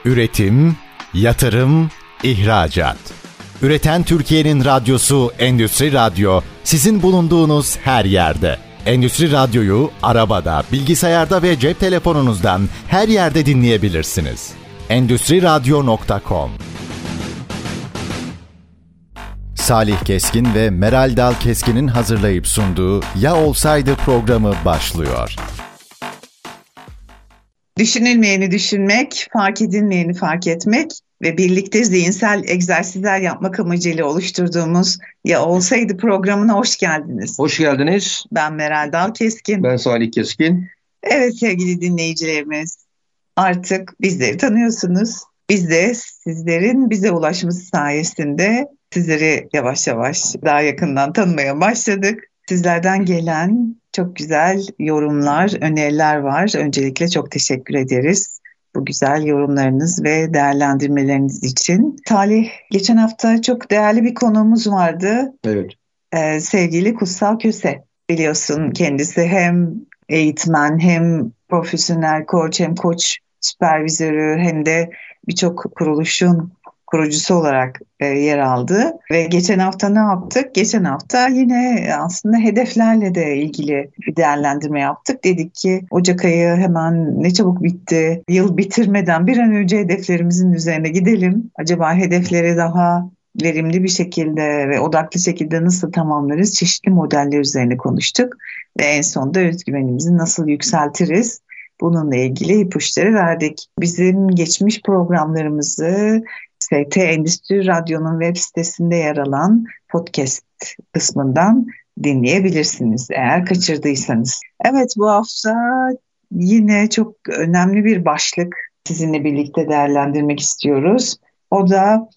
Üretim, yatırım, ihracat. Üreten Türkiye'nin radyosu Endüstri Radyo, sizin bulunduğunuz her yerde. Endüstri Radyo'yu arabada, bilgisayarda ve cep telefonunuzdan her yerde dinleyebilirsiniz. Endüstriradyo.com. Salih Keskin ve Meral Dal Keskin'in hazırlayıp sunduğu Ya Olsaydı programı başlıyor. Düşünülmeyeni düşünmek, fark edilmeyeni fark etmek ve birlikte zihinsel egzersizler yapmak amacıyla oluşturduğumuz Ya Olsaydı programına hoş geldiniz. Hoş geldiniz. Ben Meral Dal Keskin. Ben Salih Keskin. Evet sevgili dinleyicilerimiz, artık bizleri tanıyorsunuz. Biz de sizlerin bize ulaşması sayesinde sizleri yavaş yavaş daha yakından tanımaya başladık. Sizlerden gelen çok güzel yorumlar, öneriler var. Öncelikle çok teşekkür ederiz bu güzel yorumlarınız ve değerlendirmeleriniz için. Salih, geçen hafta çok değerli bir konuğumuz vardı. Evet. Sevgili Kutsal Köse. Biliyorsun kendisi hem eğitmen hem profesyonel koç hem koç süpervizörü hem de birçok kuruluşun kurucusu olarak yer aldı. Ve geçen hafta ne yaptık? Geçen hafta yine aslında hedeflerle de ilgili bir değerlendirme yaptık. Dedik ki Ocak ayı hemen ne çabuk bitti. Yıl bitirmeden bir an önce hedeflerimizin üzerine gidelim. Acaba hedefleri daha verimli bir şekilde ve odaklı şekilde nasıl tamamlarız? Çeşitli modeller üzerine konuştuk. Ve en sonunda özgüvenimizi nasıl yükseltiriz? Bununla ilgili ipuçları verdik. Bizim geçmiş programlarımızı ST Endüstri Radyo'nun web sitesinde yer alan podcast kısmından dinleyebilirsiniz eğer kaçırdıysanız. Evet, bu hafta yine çok önemli bir başlık sizinle birlikte değerlendirmek istiyoruz. O da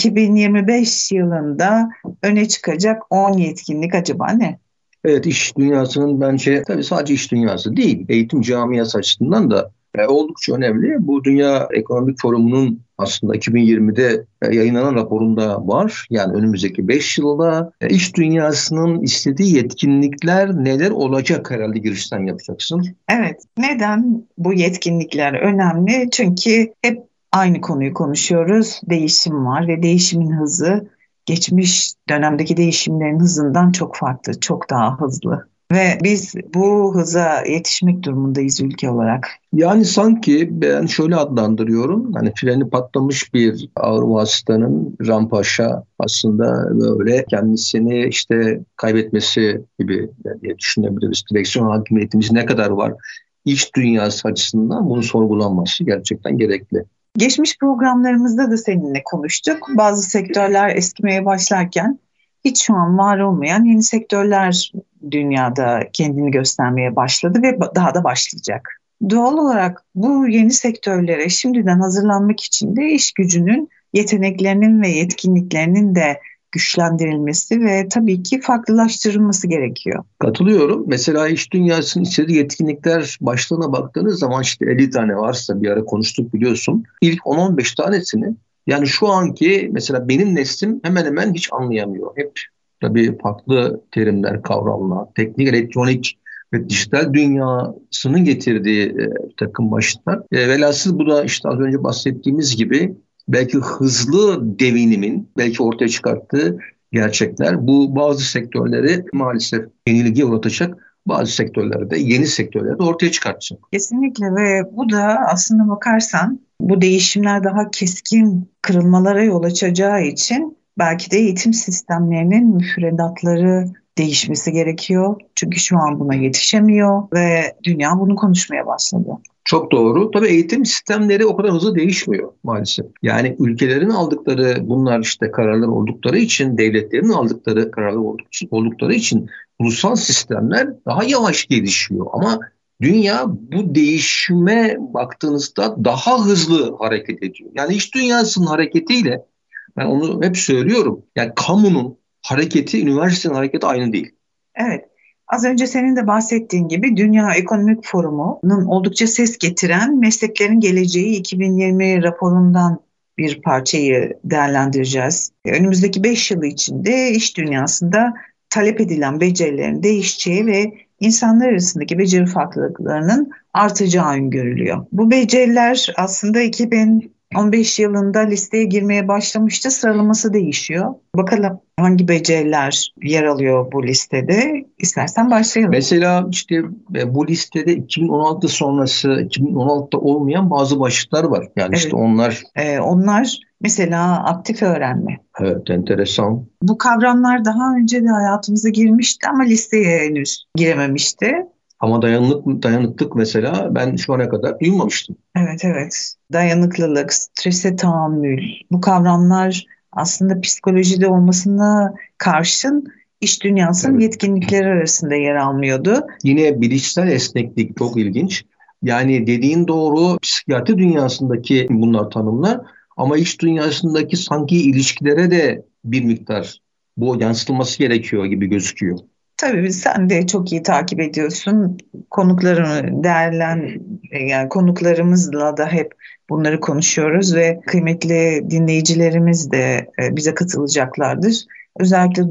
2025 yılında öne çıkacak 10 yetkinlik acaba ne? Evet, iş dünyasının bence tabii sadece iş dünyası değil, eğitim camiası açısından da oldukça önemli. Bu Dünya Ekonomik Forumu'nun aslında 2020'de yayınlanan raporunda var. Yani önümüzdeki 5 yılda iş dünyasının istediği yetkinlikler neler olacak, herhalde girişten yapacaksın. Evet, neden bu yetkinlikler önemli? Çünkü hep aynı konuyu konuşuyoruz. Değişim var ve değişimin hızı geçmiş dönemdeki değişimlerin hızından çok farklı, çok daha hızlı. Ve biz bu hıza yetişmek durumundayız ülke olarak. Yani sanki ben şöyle adlandırıyorum. Hani freni patlamış bir ağır vasıtanın rampaşa aslında böyle kendisini işte kaybetmesi gibi diye düşünebiliriz. Direksiyon hakimiyetimiz ne kadar var? İş dünyası açısından bunun sorgulanması gerçekten gerekli. Geçmiş programlarımızda da seninle konuştuk. Bazı sektörler eskimeye başlarken hiç şu an var olmayan yeni sektörler dünyada kendini göstermeye başladı ve daha da başlayacak. Doğal olarak bu yeni sektörlere şimdiden hazırlanmak için de iş gücünün yeteneklerinin ve yetkinliklerinin de güçlendirilmesi ve tabii ki farklılaştırılması gerekiyor. Katılıyorum. Mesela iş dünyasının istediği yetkinlikler başlığına baktığınız zaman işte 50 tane varsa, bir ara konuştuk biliyorsun. İlk 10-15 tanesini yani şu anki mesela benim neslim hemen hemen hiç anlayamıyor. Hep tabii farklı terimler, kavramlar, teknik, elektronik ve dijital dünyasının getirdiği takım başlıklar. Velhasıl bu da işte az önce bahsettiğimiz gibi belki hızlı devinimin belki ortaya çıkarttığı gerçekler. Bu bazı sektörleri maalesef yenilgiye uğratacak, bazı sektörlerde, yeni sektörlerde ortaya çıkartacak. Kesinlikle ve bu da aslında bakarsan bu değişimler daha keskin kırılmalara yol açacağı için belki de eğitim sistemlerinin müfredatları değişmesi gerekiyor. Çünkü şu an buna yetişemiyor ve dünya bunu konuşmaya başladı. Çok doğru. Tabii eğitim sistemleri o kadar hızlı değişmiyor maalesef. Yani ülkelerin aldıkları bunlar işte kararlar oldukları için, devletlerin aldıkları kararlar oldukları için ulusal sistemler daha yavaş gelişiyor. Ama dünya bu değişime baktığınızda daha hızlı hareket ediyor. Yani iş dünyasının hareketiyle, ben onu hep söylüyorum, yani kamunun hareketi, üniversitenin hareketi aynı değil. Evet. Az önce senin de bahsettiğin gibi Dünya Ekonomik Forumu'nun oldukça ses getiren Mesleklerin Geleceği 2020 raporundan bir parçayı değerlendireceğiz. Önümüzdeki 5 yıl içinde iş dünyasında talep edilen becerilerin değişeceği ve insanlar arasındaki beceri farklılıklarının artacağı öngörülüyor. Bu beceriler aslında 2015 yılında listeye girmeye başlamıştı. Sıralaması değişiyor. Bakalım hangi beceriler yer alıyor bu listede. İstersen başlayalım. Mesela işte bu listede 2016 sonrası, 2016'da olmayan bazı başlıklar var. Yani Evet. işte onlar Onlar mesela aktif öğrenme. evet, enteresan. Bu kavramlar daha önce de hayatımıza girmişti ama listeye henüz girememişti. Ama dayanıklık mesela ben şu ana kadar duymamıştım. Evet. Dayanıklılık, strese tahammül. Bu kavramlar aslında psikolojide olmasına karşın iş dünyasının Evet. yetkinlikleri arasında yer almıyordu. Yine bilişsel esneklik çok ilginç. Yani dediğin doğru, psikiyatri dünyasındaki bunlar tanımlar ama iş dünyasındaki sanki ilişkilere de bir miktar bu yansıtılması gerekiyor gibi gözüküyor. Tabii sen de çok iyi takip ediyorsun. Konuklarımı yani konuklarımızla da hep bunları konuşuyoruz ve kıymetli dinleyicilerimiz de bize katılacaklardır. Özellikle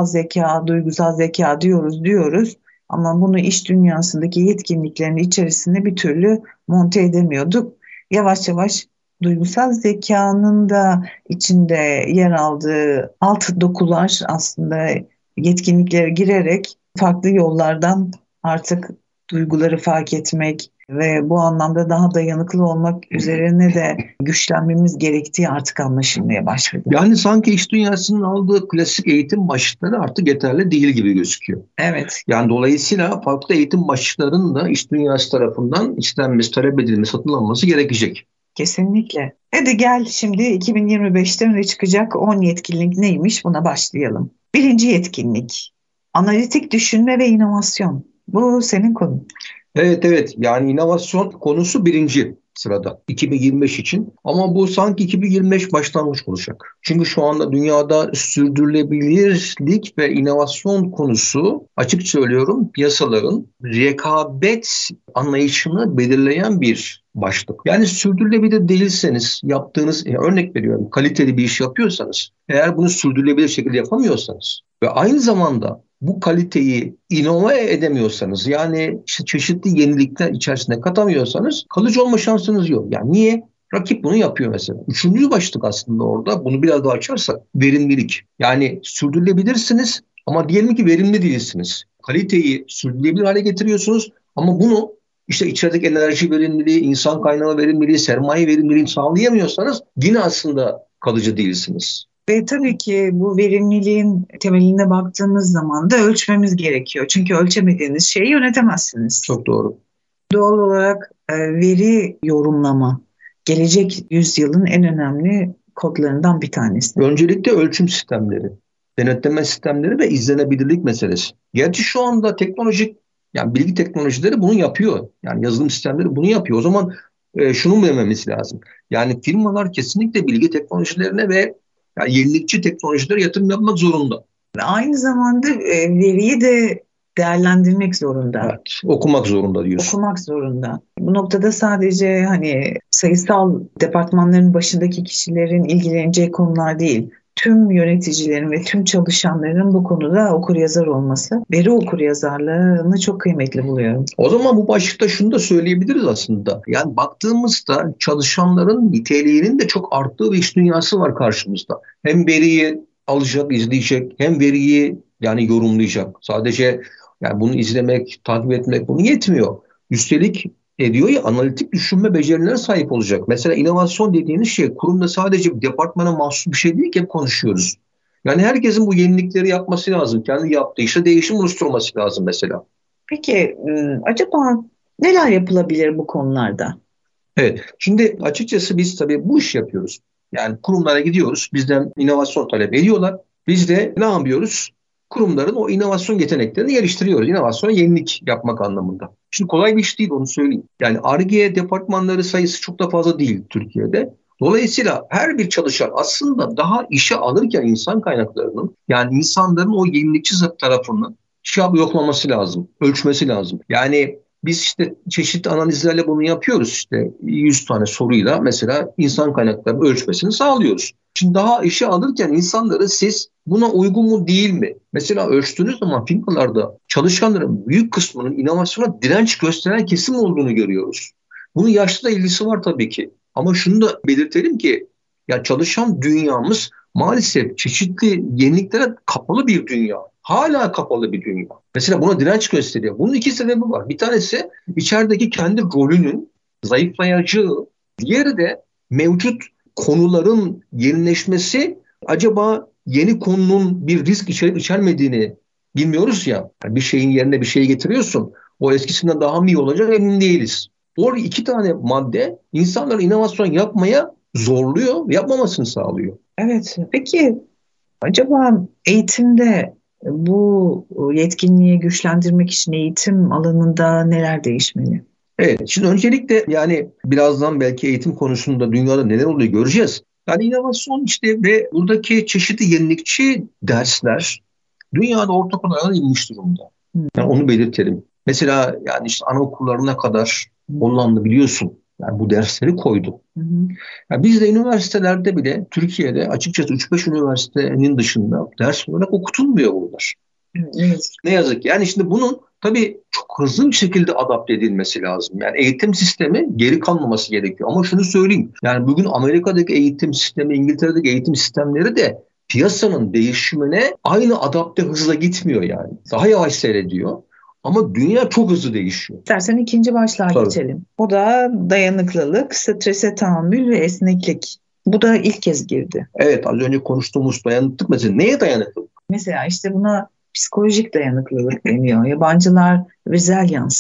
duygusal zeka diyoruz ama bunu iş dünyasındaki yetkinliklerin içerisine bir türlü monte edemiyorduk. Yavaş yavaş duygusal zekanın da içinde yer aldığı alt dokular aslında yetkinliklere girerek farklı yollardan artık duyguları fark etmek ve bu anlamda daha dayanıklı olmak üzerine de güçlenmemiz gerektiği artık anlaşılmaya başladı. Yani sanki iş dünyasının aldığı klasik eğitim başlıkları artık yeterli değil gibi gözüküyor. Evet. Yani dolayısıyla farklı eğitim başlıklarının da iş dünyası tarafından istenmesi, talep edilmesi, satın alınması gerekecek. Kesinlikle. Hadi gel şimdi 2025'te öne çıkacak 10 yetkinlik neymiş buna başlayalım. Birinci yetkinlik, analitik düşünme ve inovasyon. Bu senin konun. Evet, yani inovasyon konusu birinci sırada 2025 için ama bu sanki 2025 başlangıç olacak. Çünkü şu anda dünyada sürdürülebilirlik ve inovasyon konusu açık söylüyorum piyasaların rekabet anlayışını belirleyen bir başlık. Yani sürdürülebilir değilseniz yaptığınız örnek veriyorum kaliteli bir iş yapıyorsanız eğer bunu sürdürülebilir şekilde yapamıyorsanız ve aynı zamanda bu kaliteyi inove edemiyorsanız yani çeşitli yenilikler içerisine katamıyorsanız kalıcı olma şansınız yok. Yani niye? Rakip bunu yapıyor mesela. Üçüncü başlık aslında orada bunu biraz daha açarsak verimlilik. Yani sürdürülebilirsiniz ama diyelim ki verimli değilsiniz. Kaliteyi sürdürülebilir hale getiriyorsunuz ama bunu işte içerideki enerji verimliliği, insan kaynağı verimliliği, sermaye verimliliğini sağlayamıyorsanız yine aslında kalıcı değilsiniz. Ve tabii ki bu verimliliğin temeline baktığımız zaman da ölçmemiz gerekiyor. Çünkü ölçemediğiniz şeyi yönetemezsiniz. Çok doğru. Doğal olarak veri yorumlama gelecek yüzyılın en önemli kodlarından bir tanesi. Öncelikle ölçüm sistemleri, denetleme sistemleri ve izlenebilirlik meselesi. Gerçi şu anda yani bilgi teknolojileri bunu yapıyor. Yani yazılım sistemleri bunu yapıyor. O zaman şunu mu dememiz lazım? Yani firmalar kesinlikle bilgi teknolojilerine ve yani yenilikçi teknolojilere yatırım yapmak zorunda. Ve aynı zamanda veriyi de değerlendirmek zorunda. Evet, okumak zorunda diyorsun. Okumak zorunda. Bu noktada sadece hani sayısal departmanların başındaki kişilerin ilgileneceği konular değil. Tüm yöneticilerin ve tüm çalışanların bu konuda okuryazar olması, veri okuryazarlığını çok kıymetli buluyorum. O zaman bu başlıkta şunu da söyleyebiliriz aslında. Yani baktığımızda çalışanların niteliğinin de çok arttığı bir iş dünyası var karşımızda. Hem veriyi alacak, izleyecek, hem veriyi yani yorumlayacak. Sadece yani bunu izlemek, takip etmek bunu yetmiyor. Üstelik diyor ya analitik düşünme becerilerine sahip olacak. Mesela inovasyon dediğiniz şey kurumda sadece bir departmana mahsus bir şey değil ki hep konuşuyoruz. Yani herkesin bu yenilikleri yapması lazım. Kendi yaptığı işte değişim oluşturması lazım mesela. Peki acaba neler yapılabilir bu konularda? Evet. Şimdi açıkçası biz tabii bu iş yapıyoruz. Yani kurumlara gidiyoruz. Bizden inovasyon talep ediyorlar. Biz de ne yapıyoruz? Kurumların o inovasyon yeteneklerini geliştiriyoruz. İnovasyona yenilik yapmak anlamında. Şimdi kolay bir iş değil onu söyleyeyim. Yani Ar-Ge departmanları sayısı çok da fazla değil Türkiye'de. Dolayısıyla her bir çalışan aslında daha işe alırken insan kaynaklarının yani insanların o yenilikçi tarafını yoklaması lazım, ölçmesi lazım. Yani biz işte çeşitli analizlerle bunu yapıyoruz işte 100 tane soruyla mesela insan kaynaklarının ölçmesini sağlıyoruz. Şimdi daha işe alırken insanları siz buna uygun mu değil mi? Mesela ölçtüğünüz zaman firmalarda çalışanların büyük kısmının inovasyona direnç gösteren kesim olduğunu görüyoruz. Bunun yaşlı da ilgisi var tabii ki. Ama şunu da belirtelim ki ya çalışan dünyamız maalesef çeşitli yeniliklere kapalı bir dünya. Hala kapalı bir dünya. Mesela buna direnç gösteriyor. Bunun iki sebebi var. Bir tanesi içerideki kendi rolünün zayıflayacağı. Diğeri de mevcut konuların yenileşmesi, acaba yeni konunun bir risk içerip içermediğini bilmiyoruz ya. Bir şeyin yerine bir şey getiriyorsun. O eskisinden daha mı iyi olacak emin değiliz. Bu iki tane madde insanları inovasyon yapmaya zorluyor, yapmamasını sağlıyor. Evet, peki acaba eğitimde bu yetkinliği güçlendirmek için eğitim alanında neler değişmeli? Evet, şimdi öncelikle yani birazdan belki eğitim konusunda dünyada neler oluyor göreceğiz. Yani inovasyon işte ve buradaki çeşitli yenilikçi dersler dünyada ortak olarak inmiş durumda. Yani onu belirtelim. Mesela yani işte anaokullarına kadar Hollanda biliyorsun yani bu dersleri koydu. Yani bizde üniversitelerde bile Türkiye'de açıkçası 3-5 üniversitenin dışında ders olarak okutulmuyor bunlar. Evet. Ne yazık ki. Yani şimdi bunun tabii çok hızlı bir şekilde adapte edilmesi lazım. Yani eğitim sistemi geri kalmaması gerekiyor. Ama şunu söyleyeyim. Yani bugün Amerika'daki eğitim sistemi, İngiltere'deki eğitim sistemleri de piyasanın değişimine aynı adapte hızla gitmiyor yani. Daha yavaş seyrediyor. Ama dünya çok hızlı değişiyor. İstersen ikinci başlığa geçelim. O da dayanıklılık, strese tahammül ve esneklik. Bu da ilk kez girdi. Evet, az önce konuştuğumuz dayanıklılık mesela neye dayanıklılık? Mesela işte buna psikolojik dayanıklılık deniyor. Yabancılar resilience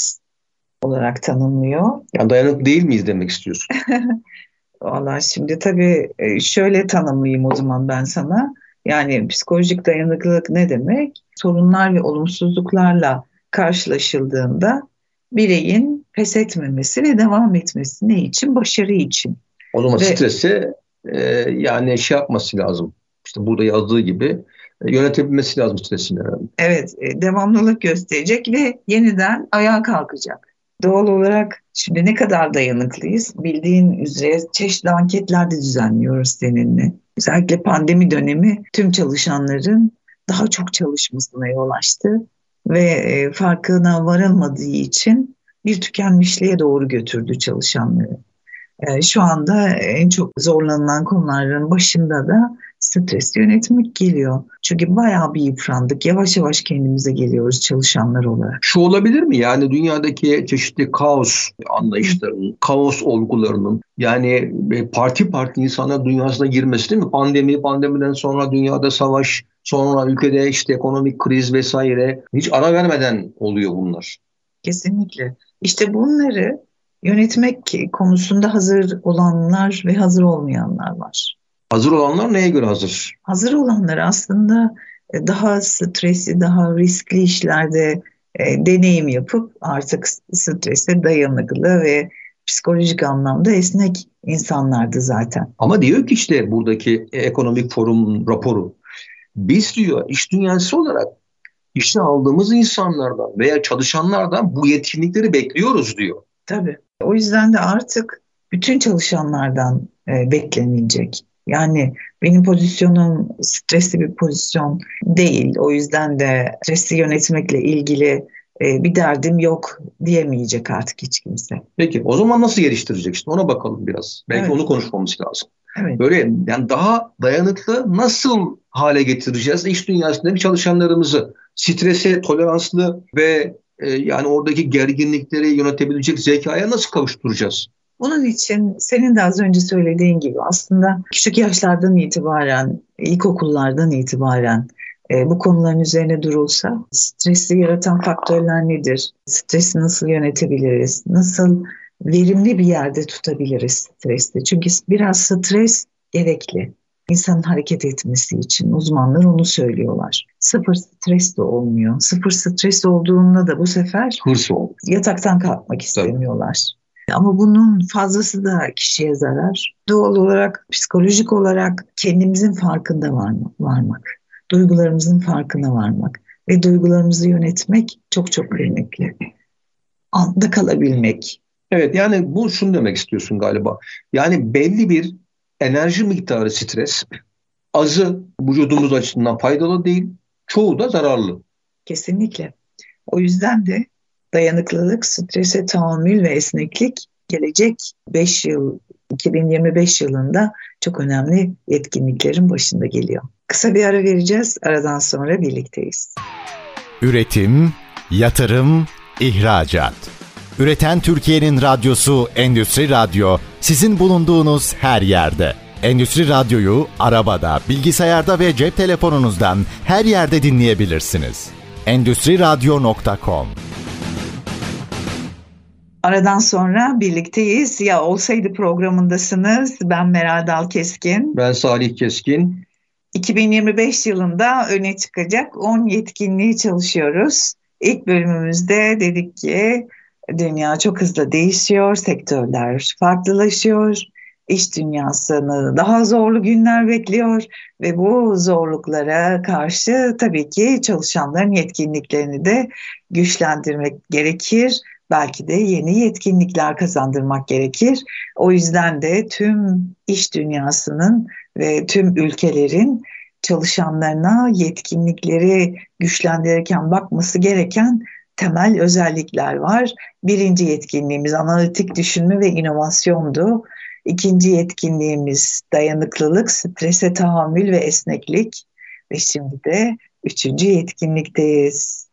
olarak tanımlıyor. Yani dayanıklı değil miyiz demek istiyorsun? Vallahi şimdi tabii şöyle tanımlayayım o zaman ben sana. Yani psikolojik dayanıklılık ne demek? Sorunlar ve olumsuzluklarla karşılaşıldığında bireyin pes etmemesi ve devam etmesi ne için? Başarı için. O zaman stresi yani şey yapması lazım. İşte burada yazdığı gibi yönetebilmesi lazım stresini. Evet, devamlılık gösterecek ve yeniden ayağa kalkacak. Doğal olarak şimdi ne kadar dayanıklıyız? Bildiğin üzere çeşitli anketler de düzenliyoruz seninle. Özellikle pandemi dönemi tüm çalışanların daha çok çalışmasına yol açtı ve farkına varılmadığı için bir tükenmişliğe doğru götürdü çalışanları. Şu anda en çok zorlanılan konuların başında da stres yönetmek geliyor. Çünkü bayağı bir yıprandık. Yavaş yavaş kendimize geliyoruz çalışanlar olarak. Şu olabilir mi? Yani dünyadaki çeşitli kaos anlayışlarının, kaos olgularının yani parti insanlar dünyasına girmesi değil mi? Pandemiden sonra dünyada savaş, sonra ülkede işte ekonomik kriz vesaire hiç ara vermeden oluyor bunlar. Kesinlikle. İşte bunları yönetmek konusunda hazır olanlar ve hazır olmayanlar var. Hazır olanlar neye göre hazır? Hazır olanlar aslında daha stresli, daha riskli işlerde deneyim yapıp artık strese dayanıklı ve psikolojik anlamda esnek insanlardı zaten. Ama diyor ki işte buradaki ekonomik forum raporu, biz diyor iş dünyası olarak işe aldığımız insanlardan veya çalışanlardan bu yetkinlikleri bekliyoruz diyor. Tabii. O yüzden de artık bütün çalışanlardan beklenilecek. Yani benim pozisyonum stresli bir pozisyon değil. O yüzden de stresi yönetmekle ilgili bir derdim yok diyemeyecek artık hiç kimse. Peki o zaman nasıl geliştirecek işte ona bakalım biraz. Belki evet. Onu konuşmamız lazım. Evet. Böyle yani daha dayanıklı nasıl hale getireceğiz iş dünyasındaki çalışanlarımızı? Strese toleranslı ve yani oradaki gerginlikleri yönetebilecek zekaya nasıl kavuşturacağız? Bunun için senin de az önce söylediğin gibi aslında küçük yaşlardan itibaren, ilkokullardan itibaren bu konuların üzerine durulsa, stresi yaratan faktörler nedir? Stresi nasıl yönetebiliriz? Nasıl verimli bir yerde tutabiliriz stresi? Çünkü biraz stres gerekli. İnsanın hareket etmesi için uzmanlar onu söylüyorlar. Sıfır stres de olmuyor. Sıfır stres olduğunda da bu sefer yataktan kalkmak istemiyorlar. Ama bunun fazlası da kişiye zarar. Doğal olarak, psikolojik olarak kendimizin farkında varmak, duygularımızın farkına varmak ve duygularımızı yönetmek çok çok kıymetli. Anda kalabilmek. Evet yani bu şunu demek istiyorsun galiba. Yani belli bir enerji miktarı stres, azı vücudumuz açısından faydalı değil, çoğu da zararlı. Kesinlikle. O yüzden de dayanıklılık, strese tahammül ve esneklik gelecek 5 yıl 2025 yılında çok önemli yetkinliklerin başında geliyor. Kısa bir ara vereceğiz. Aradan sonra birlikteyiz. Üretim, yatırım, ihracat. Üreten Türkiye'nin radyosu Endüstri Radyo, sizin bulunduğunuz her yerde. Endüstri Radyo'yu arabada, bilgisayarda ve cep telefonunuzdan her yerde dinleyebilirsiniz. Endüstriradyo.com. Aradan sonra birlikteyiz. Ya olsaydı programındasınız. Ben Meral Dal Keskin. Ben Salih Keskin. 2025 yılında öne çıkacak 10 yetkinliği çalışıyoruz. İlk bölümümüzde dedik ki dünya çok hızlı değişiyor, sektörler farklılaşıyor, iş dünyasını daha zorlu günler bekliyor ve bu zorluklara karşı tabii ki çalışanların yetkinliklerini de güçlendirmek gerekir. Belki de yeni yetkinlikler kazandırmak gerekir. O yüzden de tüm iş dünyasının ve tüm ülkelerin çalışanlarına yetkinlikleri güçlendirirken bakması gereken temel özellikler var. Birinci yetkinliğimiz analitik düşünme ve inovasyondu. İkinci yetkinliğimiz dayanıklılık, strese tahammül ve esneklik. Ve şimdi de üçüncü yetkinlikteyiz.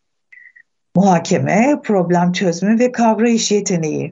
Muhakeme, problem çözme ve kavrayış yeteneği.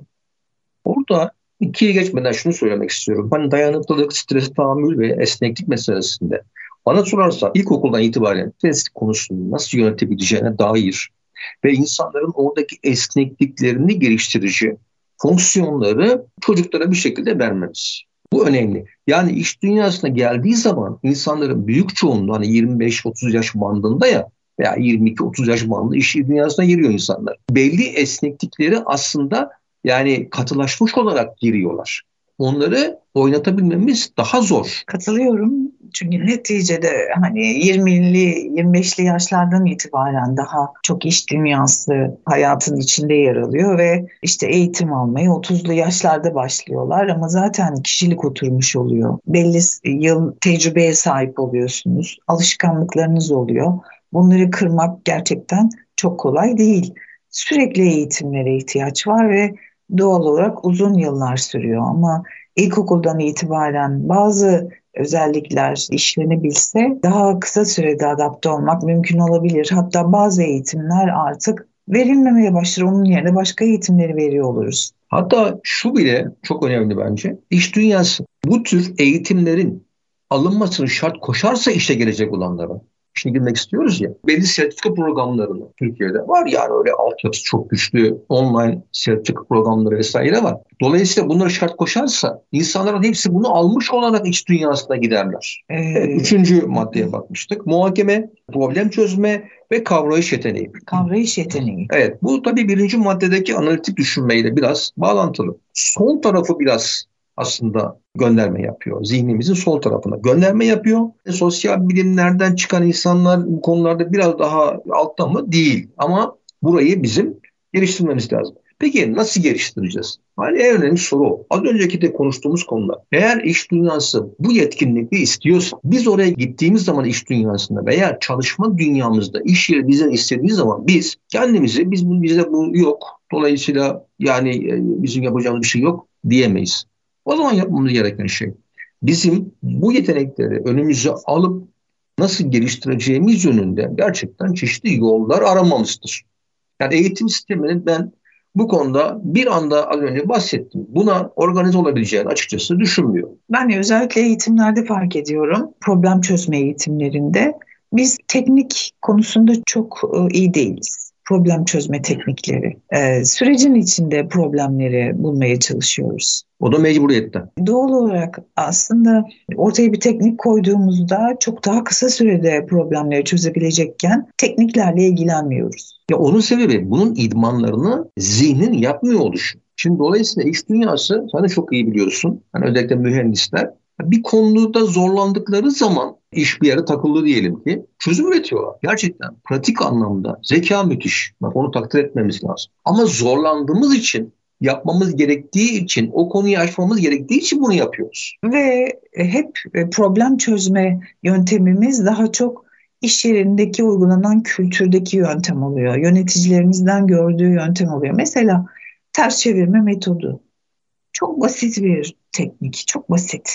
Burada ikiye geçmeden şunu söylemek istiyorum. Ben dayanıklılık, stres tahammül ve esneklik meselesinde bana sorarsa ilkokuldan itibaren stres konusunu nasıl yönetebileceğine dair ve insanların oradaki esnekliklerini geliştirici fonksiyonları çocuklara bir şekilde vermemiz. Bu önemli. Yani iş dünyasına geldiği zaman insanların büyük çoğunluğu hani 25-30 yaş bandında ya veya 22-30 yaş bandında iş dünyasına giriyor insanlar. Belli esneklikleri aslında yani katılaşmış olarak giriyorlar. Onları oynatabilmemiz daha zor. Katılıyorum. Çünkü neticede hani 20'li 25'li yaşlardan itibaren daha çok iş dünyası hayatın içinde yer alıyor ve işte eğitim almaya 30'lu yaşlarda başlıyorlar ama zaten kişilik oturmuş oluyor. Belli yıl tecrübeye sahip oluyorsunuz. Alışkanlıklarınız oluyor. Bunları kırmak gerçekten çok kolay değil. Sürekli eğitimlere ihtiyaç var ve doğal olarak uzun yıllar sürüyor ama ilkokuldan itibaren bazı özellikler işlenebilse daha kısa sürede adapte olmak mümkün olabilir. Hatta bazı eğitimler artık verilmemeye başlar. Onun yerine başka eğitimleri veriyor oluruz. Hatta şu bile çok önemli bence. İş dünyası bu tür eğitimlerin alınmasını şart koşarsa işe gelecek olanlara. Şimdi girmek istiyoruz ya. Belli sertifika programlarını Türkiye'de var yani öyle altyapısı çok güçlü online sertifika programları vesaire var. Dolayısıyla bunları şart koşarsa insanların hepsi bunu almış olarak iç dünyasına giderler. Üçüncü maddeye bakmıştık. Muhakeme, problem çözme ve kavrayış yeteneği. Kavrayış yeteneği. Evet, bu tabii birinci maddedeki analitik düşünmeyle biraz bağlantılı. Son tarafı biraz aslında gönderme yapıyor. Zihnimizin sol tarafına gönderme yapıyor. Sosyal bilimlerden çıkan insanlar bu konularda biraz daha altta mı? Değil. Ama burayı bizim geliştirmemiz lazım. Peki nasıl geliştireceğiz? Hani en önemli soru o. Az önceki de konuştuğumuz konular. Eğer iş dünyası bu yetkinlikli istiyorsa biz oraya gittiğimiz zaman iş dünyasında veya çalışma dünyamızda iş yeri bizden istediği zaman biz kendimizi bizde bu yok. Dolayısıyla yani bizim yapacağımız bir şey yok diyemeyiz. O zaman yapmamız gereken şey bizim bu yetenekleri önümüze alıp nasıl geliştireceğimiz yönünde gerçekten çeşitli yollar aramamızdır. Yani eğitim sisteminin ben bu konuda bir anda az önce bahsettim. Buna organize olabileceğini açıkçası düşünmüyorum. Ben özellikle eğitimlerde fark ediyorum. Problem çözme eğitimlerinde biz teknik konusunda çok iyi değiliz. Problem çözme teknikleri. Sürecin içinde problemleri bulmaya çalışıyoruz. O da mecburiyetten. Doğal olarak aslında ortaya bir teknik koyduğumuzda çok daha kısa sürede problemleri çözebilecekken tekniklerle ilgilenmiyoruz. Ya onun sebebi bunun idmanlarını zihnin yapmıyor oluşu. Şimdi dolayısıyla iş dünyası sen de çok iyi biliyorsun. Hani özellikle mühendisler bir konuda zorlandıkları zaman iş bir yere takıldı diyelim ki çözüm üretiyorlar. Gerçekten pratik anlamda zeka müthiş. Bak onu takdir etmemiz lazım. Ama zorlandığımız için yapmamız gerektiği için o konuyu aşmamız gerektiği için bunu yapıyoruz. Ve hep problem çözme yöntemimiz daha çok iş yerindeki uygulanan kültürdeki yöntem oluyor. Yöneticilerimizden gördüğü yöntem oluyor. Mesela ters çevirme metodu. Çok basit bir teknik, çok basit.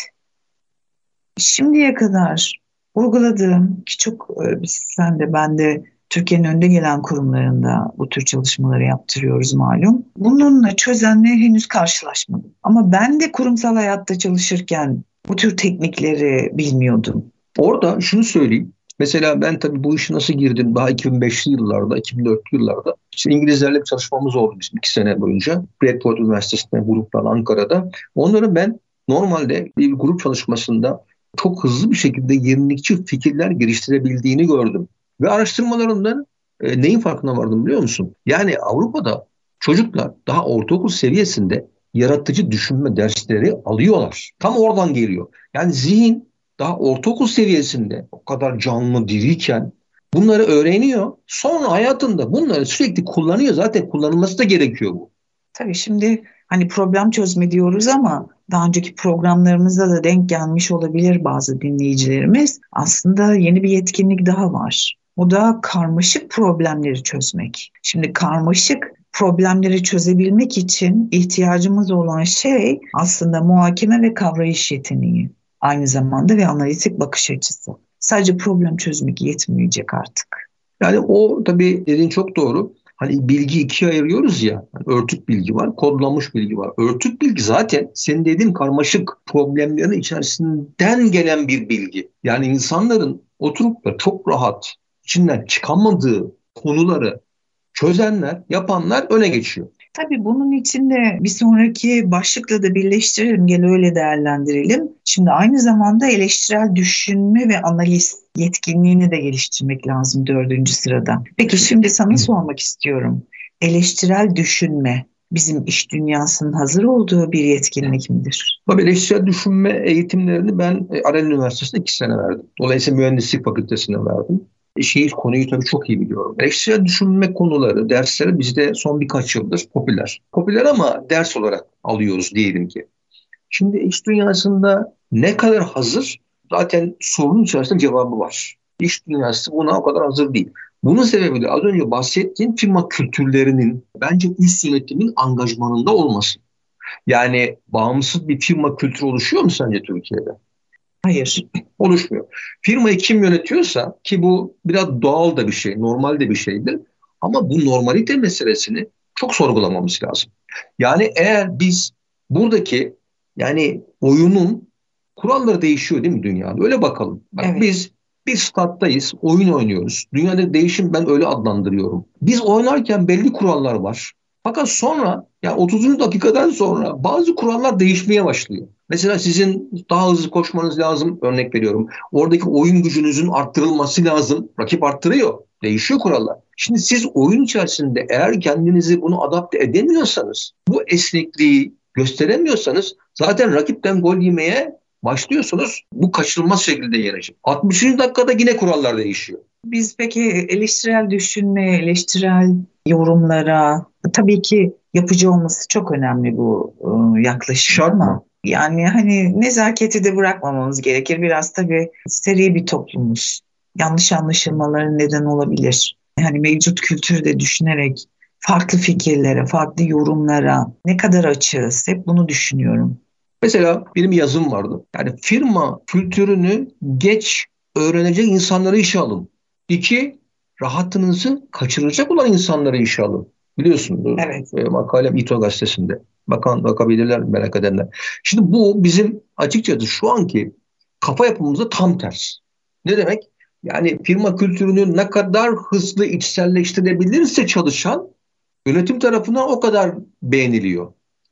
Şimdiye kadar uyguladığım ki çok sen de ben de Türkiye'nin önde gelen kurumlarında bu tür çalışmaları yaptırıyoruz malum. Bununla çözenle henüz karşılaşmadım. Ama ben de kurumsal hayatta çalışırken bu tür teknikleri bilmiyordum. Orada şunu söyleyeyim. Mesela ben tabii bu işe nasıl girdim daha 2005'li yıllarda, 2004'lü yıllarda. İşte İngilizlerle bir çalışmamız oldu bizim 2 sene boyunca. Bradford Üniversitesi'nde gruplarla Ankara'da. Onları ben normalde bir grup çalışmasında çok hızlı bir şekilde yenilikçi fikirler geliştirebildiğini gördüm. Ve araştırmalarından neyin farkına vardım biliyor musun? Yani Avrupa'da çocuklar daha ortaokul seviyesinde yaratıcı düşünme dersleri alıyorlar. Tam oradan geliyor. Yani zihin daha ortaokul seviyesinde o kadar canlı diriyken bunları öğreniyor. Sonra hayatında bunları sürekli kullanıyor. Zaten kullanılması da gerekiyor bu. Tabii şimdi hani problem çözme diyoruz ama daha önceki programlarımızda da denk gelmiş olabilir bazı dinleyicilerimiz. Aslında yeni bir yetkinlik daha var. O da karmaşık problemleri çözmek. Şimdi karmaşık problemleri çözebilmek için ihtiyacımız olan şey aslında muhakeme ve kavrayış yeteneği. Aynı zamanda ve analitik bakış açısı. Sadece problem çözmek yetmeyecek artık. Yani o tabii dediğin çok doğru. Hani bilgi ikiye ayırıyoruz ya. Yani örtük bilgi var, kodlanmış bilgi var. Örtük bilgi zaten senin dediğin karmaşık problemlerin içerisinden gelen bir bilgi. Yani insanların oturup da çok rahat içinden çıkamadığı konuları çözenler, yapanlar öne geçiyor. Tabii bunun için de bir sonraki başlıkla da birleştirelim, gel öyle değerlendirelim. Şimdi aynı zamanda eleştirel düşünme ve analiz yetkinliğini de geliştirmek lazım 4. sırada. Peki şimdi sana sormak istiyorum. Eleştirel düşünme bizim iş dünyasının hazır olduğu bir yetkinlik midir? Tabii eleştirel düşünme eğitimlerini ben Arel Üniversitesi'nde 2 sene verdim. Dolayısıyla mühendislik fakültesine verdim. Konuyu tabii çok iyi biliyorum. Eleştirel düşünme konuları, dersleri bizde son birkaç yıldır popüler. Popüler ama ders olarak alıyoruz diyelim ki. Şimdi iş dünyasında ne kadar hazır? Zaten sorunun içerisinde cevabı var. İş dünyası buna o kadar hazır değil. Bunun sebebi de az önce bahsettiğim firma kültürlerinin bence üst yönetimin angajmanında olması. Yani bağımsız bir firma kültürü oluşuyor mu sence Türkiye'de? Hayır. Oluşmuyor. Firmayı kim yönetiyorsa ki bu biraz doğal da bir şey, normal de bir şeydir. Ama bu normalite meselesini çok sorgulamamız lazım. Yani eğer biz buradaki yani oyunun kuralları değişiyor değil mi dünyada? Öyle bakalım. Bak, Evet. biz bir stat'tayız, oyun oynuyoruz. Dünyada değişim ben öyle adlandırıyorum. Biz oynarken belli kurallar var. Fakat sonra yani 30. dakikadan sonra bazı kurallar değişmeye başlıyor. Mesela sizin daha hızlı koşmanız lazım, örnek veriyorum. Oradaki oyun gücünüzün arttırılması lazım. Rakip arttırıyor. Değişiyor kurallar. Şimdi siz oyun içerisinde eğer kendinizi bunu adapte edemiyorsanız, bu esnekliği gösteremiyorsanız zaten rakipten gol yemeye başlıyorsunuz. Bu kaçınılmaz şekilde yenecek. 60. dakikada yine kurallar değişiyor. Biz peki eleştirel düşünmeye, eleştirel yorumlara, tabii ki yapıcı olması çok önemli bu yaklaşım. Şart mı? Ama yani hani nezaketi de bırakmamamız gerekir. Biraz tabii seri bir toplumuz. Yanlış anlaşılmaların neden olabilir. Yani mevcut kültürü de düşünerek farklı fikirlere, farklı yorumlara ne kadar açığız hep bunu düşünüyorum. Mesela benim yazım vardı. Yani firma kültürünü geç öğrenecek insanları işe alın. 2, rahatınızı kaçıracak olan insanları işe alın. Biliyorsun Evet. makalem İTO gazetesinde. Bakabilirler merak edenler. Şimdi bu bizim açıkçası şu anki kafa yapımızda tam ters. Ne demek? Yani firma kültürünü ne kadar hızlı içselleştirebilirse çalışan yönetim tarafından o kadar beğeniliyor.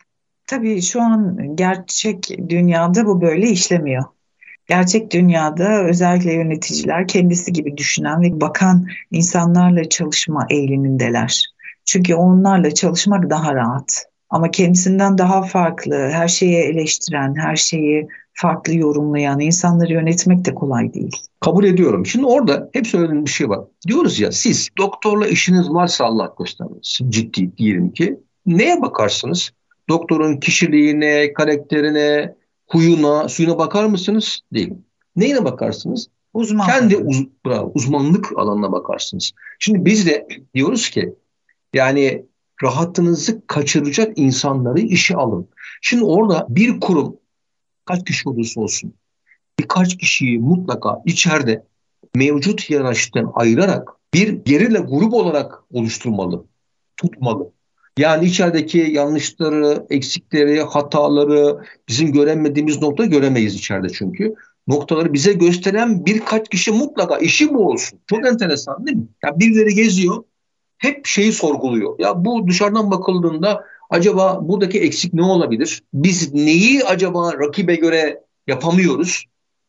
Tabii şu an gerçek dünyada bu böyle işlemiyor. Gerçek dünyada özellikle yöneticiler kendisi gibi düşünen ve bakan insanlarla çalışma eğilimindeler. Çünkü onlarla çalışmak daha rahat. Ama kendisinden daha farklı, her şeyi eleştiren, her şeyi farklı yorumlayan insanları yönetmek de kolay değil. Kabul ediyorum. Şimdi orada hep söylediğim bir şey var. Diyoruz ya siz doktorla işiniz varsa Allah göstermesin. Ciddi diyelim ki. Neye bakarsınız? Doktorun kişiliğine, karakterine, huyuna, suyuna bakar mısınız? Değil. Neyine bakarsınız? Kendi uzmanlık alanına bakarsınız. Şimdi biz de diyoruz ki yani rahatınızı kaçıracak insanları işe alın. Şimdi orada bir kurum kaç kişi olursa olsun birkaç kişiyi mutlaka içeride mevcut hiyerarşiden ayırarak bir gerilla grup olarak oluşturmalı, tutmalı. Yani içerideki yanlışları, eksikleri, hataları, bizim göremediğimiz nokta göremeyiz içeride çünkü. Noktaları bize gösteren birkaç kişi mutlaka, işi bu olsun. Çok enteresan değil mi? Ya birileri geziyor, hep şeyi sorguluyor. Ya bu dışarıdan bakıldığında acaba buradaki eksik ne olabilir? Biz neyi acaba rakibe göre yapamıyoruz?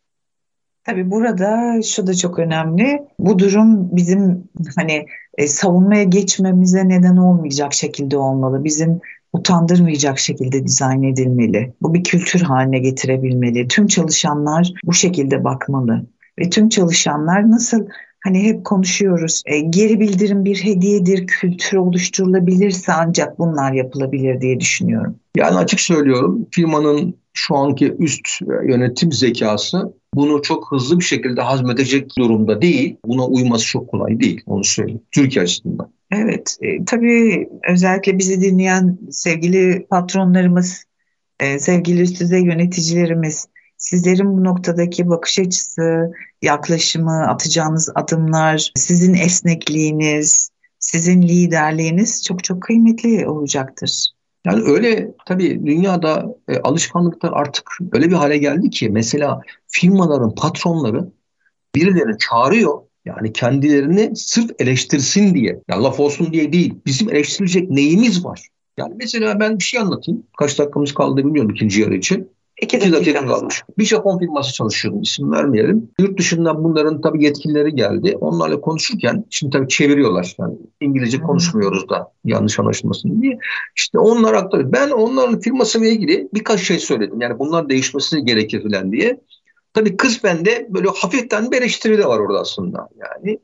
Tabii burada şu da çok önemli. Bu durum bizim hani savunmaya geçmemize neden olmayacak şekilde olmalı. Bizim utandırmayacak şekilde dizayn edilmeli. Bu bir kültür haline getirebilmeli. Tüm çalışanlar bu şekilde bakmalı. Ve tüm çalışanlar nasıl hani hep konuşuyoruz. Geri bildirim bir hediyedir, kültür oluşturulabilirse ancak bunlar yapılabilir diye düşünüyorum. Yani açık söylüyorum, firmanın şu anki üst yönetim zekası bunu çok hızlı bir şekilde hazmedecek durumda değil. Buna uyması çok kolay değil, onu söyleyeyim. Türkiye açısından. Evet, tabii özellikle bizi dinleyen sevgili patronlarımız, sevgili üst düzey yöneticilerimiz, sizlerin bu noktadaki bakış açısı, yaklaşımı, atacağınız adımlar, sizin esnekliğiniz, sizin liderliğiniz çok çok kıymetli olacaktır. Yani öyle tabii dünyada alışkanlıklar artık öyle bir hale geldi ki mesela firmaların patronları birilerini çağırıyor. Yani kendilerini sırf eleştirsin diye, ya laf olsun diye değil, bizim eleştirilecek neyimiz var? Yani mesela ben bir şey anlatayım. Kaç dakikamız kaldı bilmiyorum ikinci yarı için. 2 dakika kalmış. Bir Japon firması çalışıyordum, isim vermeyelim. Yurt dışından bunların tabii yetkilileri geldi. Onlarla konuşurken, şimdi tabii çeviriyorlar. Yani İngilizce konuşmuyoruz da yanlış anlaşılmasın diye. İşte onlar aktarıyor. Ben onların firmasıyla ilgili birkaç şey söyledim. Yani bunlar değişmesi gerekir falan diye. Tabii kısmen de böyle hafiften bir eleştiri de var orada aslında. Yani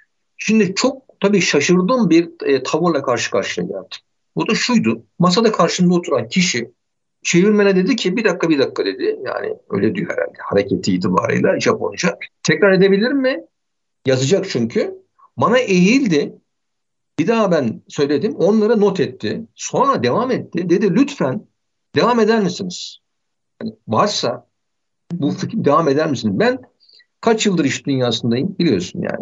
şimdi çok tabii şaşırdığım bir tavırla karşı karşıya geldim. O da şuydu. Masada karşımda oturan kişi çevirmene dedi ki bir dakika dedi. Yani öyle diyor herhalde hareketi itibarıyla Japonca. Tekrar edebilir mi? Yazacak çünkü. Bana eğildi. Bir daha ben söyledim. Onlara not etti. Sonra devam etti. Dedi lütfen devam eder misiniz? Yani varsa bu fikir devam eder misiniz? Ben kaç yıldır iş dünyasındayım biliyorsun yani.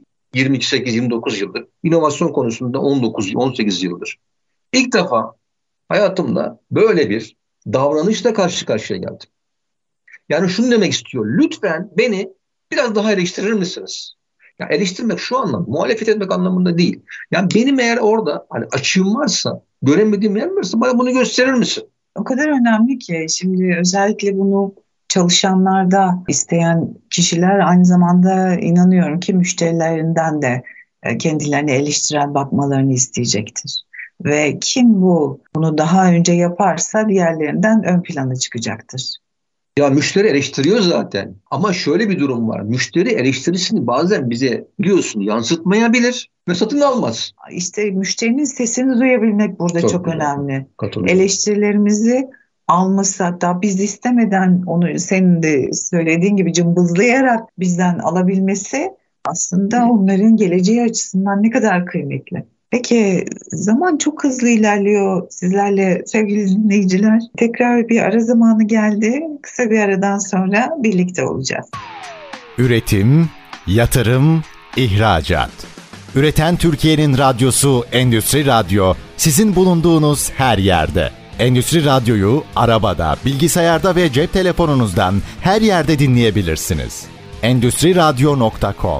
28-29 yıldır. İnovasyon konusunda 19-18 yıldır. İlk defa hayatımda böyle bir davranışla karşı karşıya geldim. Yani şunu demek istiyor. Lütfen beni biraz daha eleştirir misiniz? Ya eleştirmek şu anlamda, muhalefet etmek anlamında değil. Yani benim eğer orada hani açığım varsa, göremediğim yer varsa bana bunu gösterir misin? O kadar önemli ki şimdi özellikle bunu çalışanlarda isteyen kişiler aynı zamanda inanıyorum ki müşterilerinden de kendilerini eleştirel bakmalarını isteyecektir. Ve kim bunu daha önce yaparsa diğerlerinden ön plana çıkacaktır. Ya müşteri eleştiriyor zaten. Ama şöyle bir durum var. Müşteri eleştirisini bazen bize biliyorsun yansıtmayabilir ve satın almaz. İşte müşterinin sesini duyabilmek burada çok önemli. Katılıyorum. Eleştirilerimizi alması, hatta biz istemeden onu senin de söylediğin gibi cımbızlayarak bizden alabilmesi aslında onların geleceği açısından ne kadar kıymetli. Peki zaman çok hızlı ilerliyor sizlerle sevgili dinleyiciler. Tekrar bir ara zamanı geldi. Kısa bir aradan sonra birlikte olacağız. Üretim, yatırım, ihracat. Üreten Türkiye'nin radyosu Endüstri Radyo sizin bulunduğunuz her yerde. Endüstri Radyo'yu arabada, bilgisayarda ve cep telefonunuzdan her yerde dinleyebilirsiniz. Endüstriradyo.com.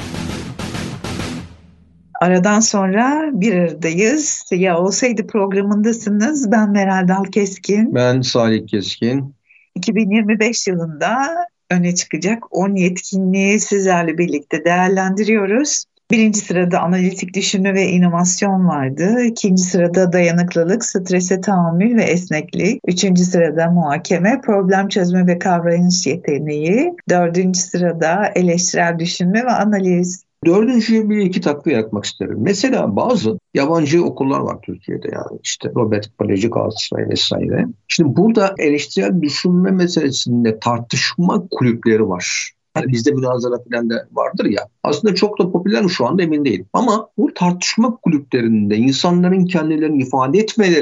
Aradan sonra bir aradayız. Ya olsaydı programındasınız. Ben Meral Dalkeskin. Ben Salih Keskin. 2025 yılında öne çıkacak 10 yetkinliği sizlerle birlikte değerlendiriyoruz. Birinci sırada analitik düşünme ve inovasyon vardı. İkinci sırada dayanıklılık, strese tahammül ve esneklik. Üçüncü sırada muhakeme, problem çözme ve kavrayış yeteneği. Dördüncü sırada eleştirel düşünme ve analiz. Dördüncüye bir iki takviye yapmak isterim. Mesela bazı yabancı okullar var Türkiye'de yani işte Robert Koleji, Galatasaray vesaire. Şimdi burada eleştirel düşünme meselesinde tartışma kulüpleri var. Hani bizde münazara falan da vardır ya. Aslında çok da popüler mi şu anda emin değilim. Ama bu tartışma kulüplerinde insanların kendilerini ifade etmeleri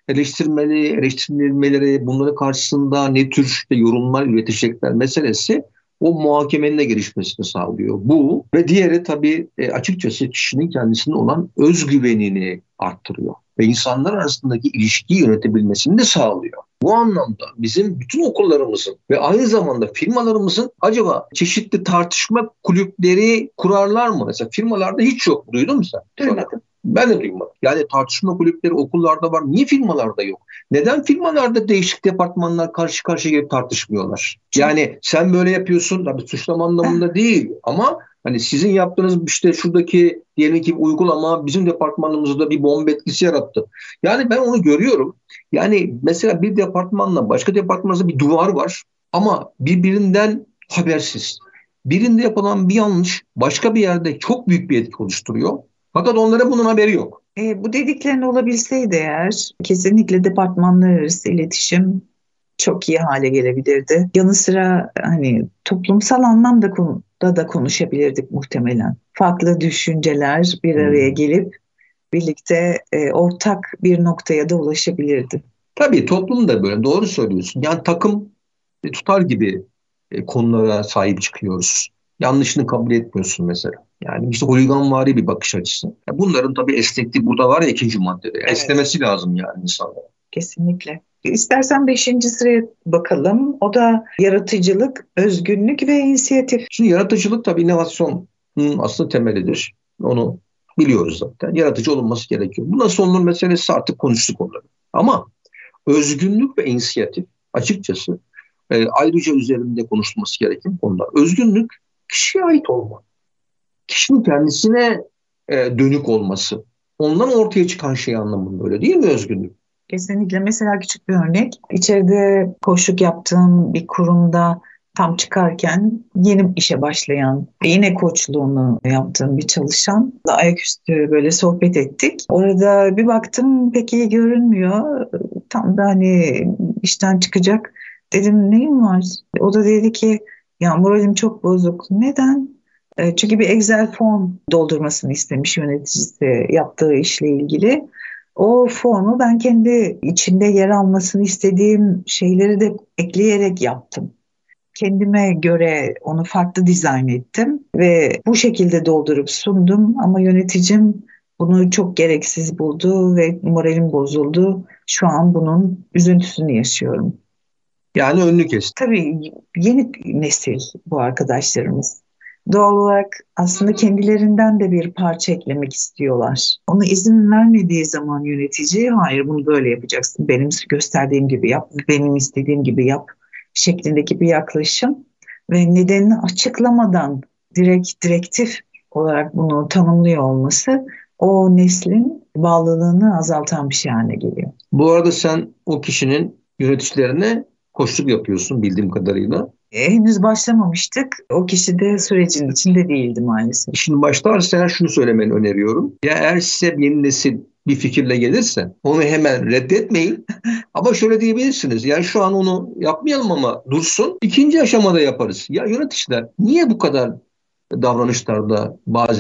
eleştirmeli, eleştirilmeleri, bunların karşısında ne tür işte yorumlar üretecekler meselesi o muhakemenin de gelişmesini sağlıyor. Bu ve diğeri tabii açıkçası kişinin kendisine olan özgüvenini arttırıyor ve insanlar arasındaki ilişkiyi yönetebilmesini de sağlıyor. Bu anlamda bizim bütün okullarımızın ve aynı zamanda firmalarımızın acaba çeşitli tartışma kulüpleri kurarlar mı? Mesela firmalarda hiç yok. Duydun mu sen? Duymadım. Ben de duymadım. Yani tartışma kulüpleri okullarda var. Niye firmalarda yok? Neden firmalarda değişik departmanlar karşı karşıya gelip tartışmıyorlar? Yani sen böyle yapıyorsun, tabii suçlama anlamında değil ama hani sizin yaptığınız işte şuradaki diyelim ki uygulama bizim departmanımızda bir bomba etkisi yarattı. Yani ben onu görüyorum. Yani mesela bir departmanla başka departmanında bir duvar var ama birbirinden habersiz. Birinde yapılan bir yanlış başka bir yerde çok büyük bir etki oluşturuyor. Fakat onlara bunun haberi yok. Bu dediklerin olabilseydi eğer kesinlikle departmanlar arası iletişim çok iyi hale gelebilirdi. Yanı sıra hani toplumsal anlamda da konuşabilirdik muhtemelen. Farklı düşünceler bir araya gelip birlikte ortak bir noktaya da ulaşabilirdi. Tabii toplum da böyle, doğru söylüyorsun. Yani takım tutar gibi konulara sahip çıkıyoruz. Yanlışını kabul etmiyorsun mesela. Yani işte holiganvari bir bakış açısı. Bunların tabii esnekliği burada var ya ikinci maddede. Evet. Esnemesi lazım yani insanlara. Kesinlikle. İstersen 5. sıraya bakalım. O da yaratıcılık, özgünlük ve inisiyatif. Şimdi yaratıcılık tabii inovasyonun aslında temelidir. Onu biliyoruz zaten. Yaratıcı olunması gerekiyor. Bu nasıl olur meselesi artık konuştuk onları. Ama özgünlük ve inisiyatif açıkçası ayrıca üzerinde konuşulması gereken konular. Özgünlük kişiye ait olma. Kişinin kendisine dönük olması. Ondan ortaya çıkan şey anlamında, öyle değil mi özgünlük? Kesinlikle. Mesela küçük bir örnek. İçeride koçluk yaptığım bir kurumda tam çıkarken yeni işe başlayan ve yine koçluğunu yaptığım bir çalışanla ayaküstü böyle sohbet ettik. Orada bir baktım pek iyi görünmüyor. Tam da hani işten çıkacak. Dedim neyin var? O da dedi ki ya moralim çok bozuk. Neden? Çünkü bir Excel form doldurmasını istemiş yöneticisi yaptığı işle ilgili. O formu ben kendi içinde yer almasını istediğim şeyleri de ekleyerek yaptım. Kendime göre onu farklı dizayn ettim ve bu şekilde doldurup sundum ama yöneticim bunu çok gereksiz buldu ve moralim bozuldu. Şu an bunun üzüntüsünü yaşıyorum. Yani önünü kesti. Tabii yeni nesil bu arkadaşlarımız. Doğal olarak aslında kendilerinden de bir parça eklemek istiyorlar. Ona izin vermediği zaman yönetici, hayır bunu böyle yapacaksın, benim gösterdiğim gibi yap, benim istediğim gibi yap şeklindeki bir yaklaşım ve nedenini açıklamadan direktif olarak bunu tanımlıyor olması o neslin bağlılığını azaltan bir şey haline geliyor. Bu arada sen o kişinin yöneticilerine koçluk yapıyorsun bildiğim kadarıyla. Henüz başlamamıştık. O kişi de sürecin içinde değildi maalesef. Şimdi başlarsa şunu söylemeni öneriyorum. Ya eğer size yeni nesil bir fikirle gelirse onu hemen reddetmeyin. Ama şöyle diyebilirsiniz. Yani şu an onu yapmayalım ama dursun. İkinci aşamada yaparız. Ya yöneticiler niye bu kadar davranışlarda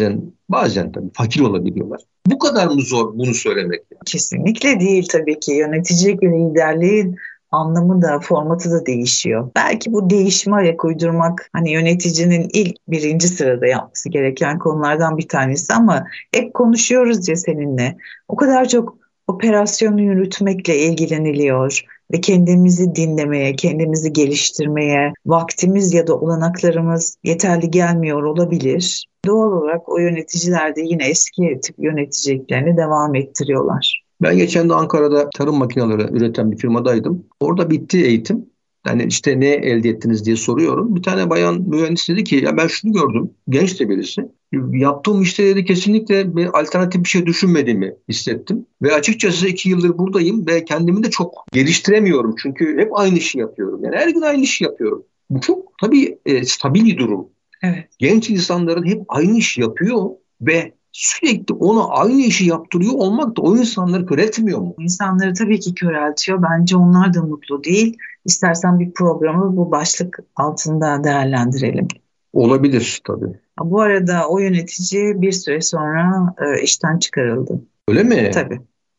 bazen tabii fakir olabiliyorlar. Bu kadar mı zor bunu söylemek? Kesinlikle değil tabii ki. Yöneticilik ve liderliğin anlamı da formatı da değişiyor. Belki bu değişime ayak uydurmak hani yöneticinin ilk birinci sırada yapması gereken konulardan bir tanesi ama hep konuşuyoruz ya seninle. O kadar çok operasyonu yürütmekle ilgileniliyor ve kendimizi dinlemeye, kendimizi geliştirmeye vaktimiz ya da olanaklarımız yeterli gelmiyor olabilir. Doğal olarak o yöneticiler de yine eski tip yöneticiliklerini devam ettiriyorlar. Ben geçen de Ankara'da tarım makineleri üreten bir firmadaydım. Orada bitti eğitim. Yani işte ne elde ettiniz diye soruyorum. Bir tane bayan mühendis dedi ki ya ben şunu gördüm. Genç de birisi. Yaptığım işte dedi kesinlikle bir alternatif bir şey düşünmediğimi hissettim. Ve açıkçası 2 yıldır buradayım ve kendimi de çok geliştiremiyorum. Çünkü hep aynı işi yapıyorum. Yani her gün aynı işi yapıyorum. Bu çok tabii stabil bir durum. Evet. Genç insanların hep aynı işi yapıyor ve sürekli ona aynı işi yaptırıyor olmak da o insanları köreltmiyor mu? İnsanları tabii ki köreltiyor. Bence onlar da mutlu değil. İstersen bir programı bu başlık altında değerlendirelim. Olabilir tabii. Bu arada o yönetici bir süre sonra işten çıkarıldı. Öyle mi? Tabii.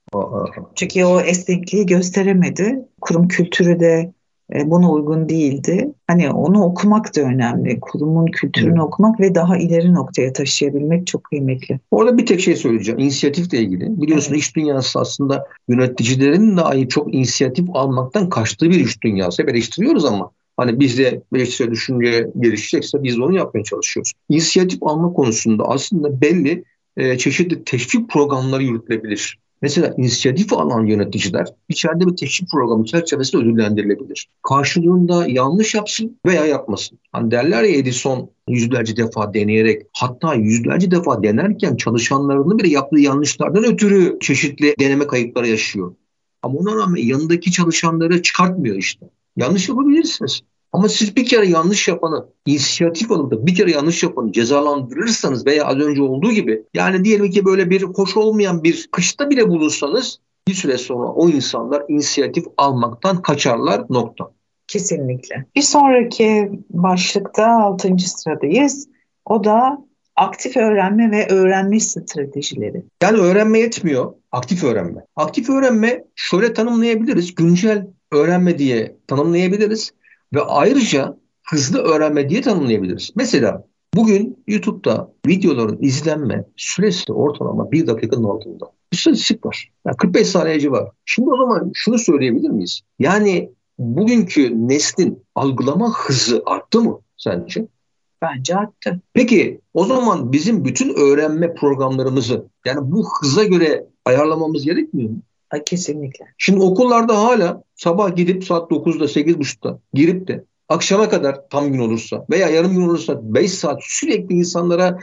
Çünkü o esnekliği gösteremedi. Kurum kültürü de buna uygun değildi. Hani onu okumak da önemli. Kurumun kültürünü Evet. okumak ve daha ileri noktaya taşıyabilmek çok kıymetli. Orada bir tek şey söyleyeceğim. İnisiyatifle ilgili. Biliyorsun Evet. iş dünyası aslında yöneticilerin dahi çok inisiyatif almaktan kaçtığı bir iş dünyası. Hep eleştiriyoruz ama hani biz de eleştiri düşünce gelişecekse biz de onu yapmaya çalışıyoruz. İnisiyatif alma konusunda aslında belli çeşitli teşvik programları yürütülebilir. Mesela inisiyatif alan yöneticiler içeride bir teşvik programı çerçevesinde ödüllendirilebilir. Karşılığında yanlış yapsın veya yapmasın. Hani derler ya Edison yüzlerce defa deneyerek, hatta yüzlerce defa denerken çalışanlarının bile yaptığı yanlışlardan ötürü çeşitli deneme kayıpları yaşıyor. Ama ona rağmen yanındaki çalışanları çıkartmıyor işte. Yanlış yapabilirsiniz. Ama siz bir kere yanlış yapanı, inisiyatif alıp da bir kere yanlış yapanı cezalandırırsanız veya az önce olduğu gibi, yani diyelim ki böyle bir hoş olmayan bir kışta bile bulunsanız bir süre sonra o insanlar inisiyatif almaktan kaçarlar, nokta. Kesinlikle. Bir sonraki başlıkta 6. sıradayız. O da aktif öğrenme ve öğrenme stratejileri. Yani öğrenme yetmiyor, aktif öğrenme. Aktif öğrenme şöyle tanımlayabiliriz, güncel öğrenme diye tanımlayabiliriz ve ayrıca hızlı öğrenme diye tanımlayabiliriz. Mesela bugün YouTube'da videoların izlenme süresi ortalama 1 dakikanın altında. Bir statistik var. Yani 45 saniye civarı. Şimdi o zaman şunu söyleyebilir miyiz? Yani bugünkü neslin algılama hızı arttı mı sence? Bence arttı. Peki o zaman bizim bütün öğrenme programlarımızı yani bu hıza göre ayarlamamız gerekmiyor mu? Kesinlikle. Şimdi okullarda hala sabah gidip saat 9'da 8.30'da girip de akşama kadar tam gün olursa veya yarım gün olursa 5 saat sürekli insanlara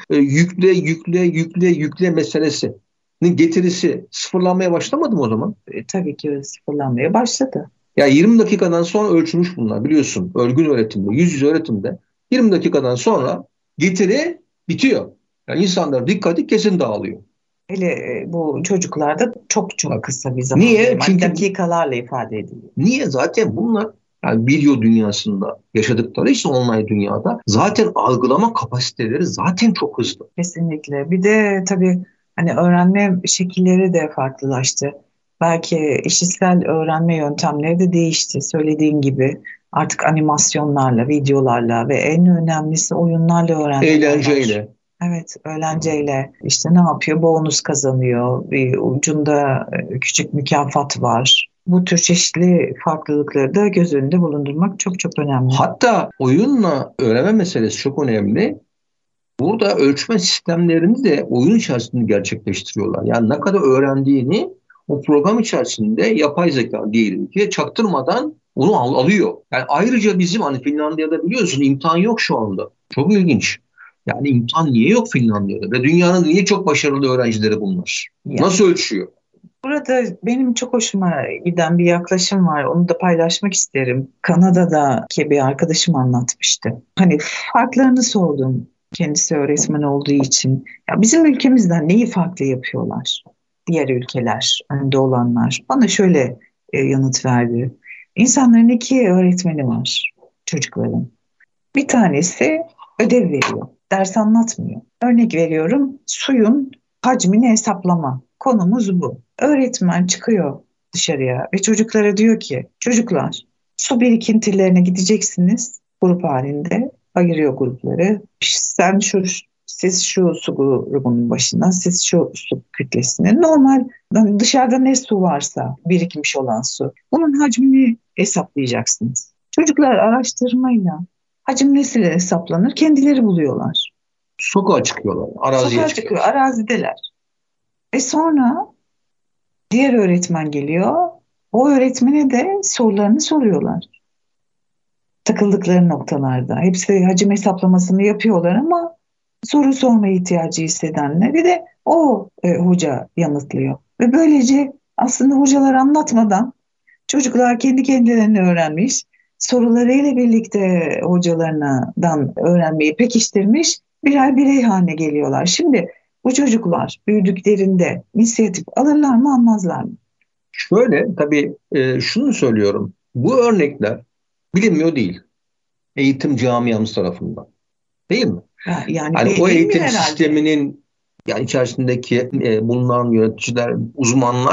yükle meselesinin getirisi sıfırlanmaya başlamadı mı o zaman? Tabii ki sıfırlanmaya başladı. Ya 20 dakikadan sonra ölçülmüş bunlar biliyorsun. Örgün öğretimde, yüz yüze öğretimde 20 dakikadan sonra getiri bitiyor. Yani insanların dikkati kesin dağılıyor. Hele bu çocuklarda çok Bak, kısa bir zaman niye? dilimi. Çünkü Dakikalarla ifade ediliyor. niye? Zaten bunlar yani video dünyasında yaşadıkları için online dünyada zaten algılama kapasiteleri zaten çok hızlı. Kesinlikle. Bir de tabii hani öğrenme şekilleri de farklılaştı. Belki işitsel öğrenme yöntemleri de değişti. Söylediğin gibi artık animasyonlarla, videolarla ve en önemlisi oyunlarla öğrenmeler var. Eğlenceyle. Evet, öğrenceyle işte ne yapıyor? Bonus kazanıyor. Bir ucunda küçük mükafat var. Bu tür çeşitli farklılıkları da göz önünde bulundurmak çok çok önemli. Hatta oyunla öğrenme meselesi çok önemli. Burada ölçme sistemlerini de oyun içerisinde gerçekleştiriyorlar. Yani ne kadar öğrendiğini o program içerisinde yapay zeka diyelim ki çaktırmadan onu alıyor. Yani ayrıca bizim hani Finlandiya'da biliyorsun imtihan yok şu anda. Çok ilginç. Yani imtihan niye yok Finlandiya'da? Ve dünyanın niye çok başarılı öğrencileri bunlar? Yani Nasıl ölçüyor? burada benim çok hoşuma giden bir yaklaşım var. Onu da paylaşmak isterim. Kanada'daki bir arkadaşım anlatmıştı. Hani farklarını sordum. Kendisi öğretmen olduğu için. Ya bizim ülkemizden neyi farklı yapıyorlar? Diğer ülkeler, önde olanlar. Bana şöyle yanıt verdi. İnsanların iki öğretmeni var çocukların. Bir tanesi ödev veriyor. Ders anlatmıyor. Örnek veriyorum. Suyun hacmini hesaplama. Konumuz bu. Öğretmen çıkıyor dışarıya ve çocuklara diyor ki çocuklar su birikintilerine gideceksiniz grup halinde. Ayırıyor grupları. Siz şu su grubunun başına, siz şu su kütlesine. Normal yani dışarıda ne su varsa birikmiş olan su. Bunun hacmini hesaplayacaksınız. Çocuklar araştırmayla hacim nasıl hesaplanır? Kendileri buluyorlar. Sokağa çıkıyorlar, araziye Sokağa çıkıyor, çıkıyorlar. arazideler. Sonra diğer öğretmen geliyor. O öğretmene de sorularını soruyorlar. Takıldıkları noktalarda. Hepsi hacim hesaplamasını yapıyorlar ama soru sorma ihtiyacı hissedenler bir de o hoca yanıtlıyor. Ve böylece aslında hocalar anlatmadan çocuklar kendi kendilerini öğrenmiş, sorularıyla birlikte hocalarından öğrenmeyi pekiştirmiş, birer birey haline geliyorlar. Şimdi bu çocuklar büyüdüklerinde inisiyatif alırlar mı almazlar mı? Şöyle tabii şunu söylüyorum. Bu örnekler bilinmiyor değil. Eğitim camiamız tarafından. Değil mi? Yani Hani o değil mi eğitim herhalde? sisteminin yani içerisindeki bulunan yöneticiler, uzmanlar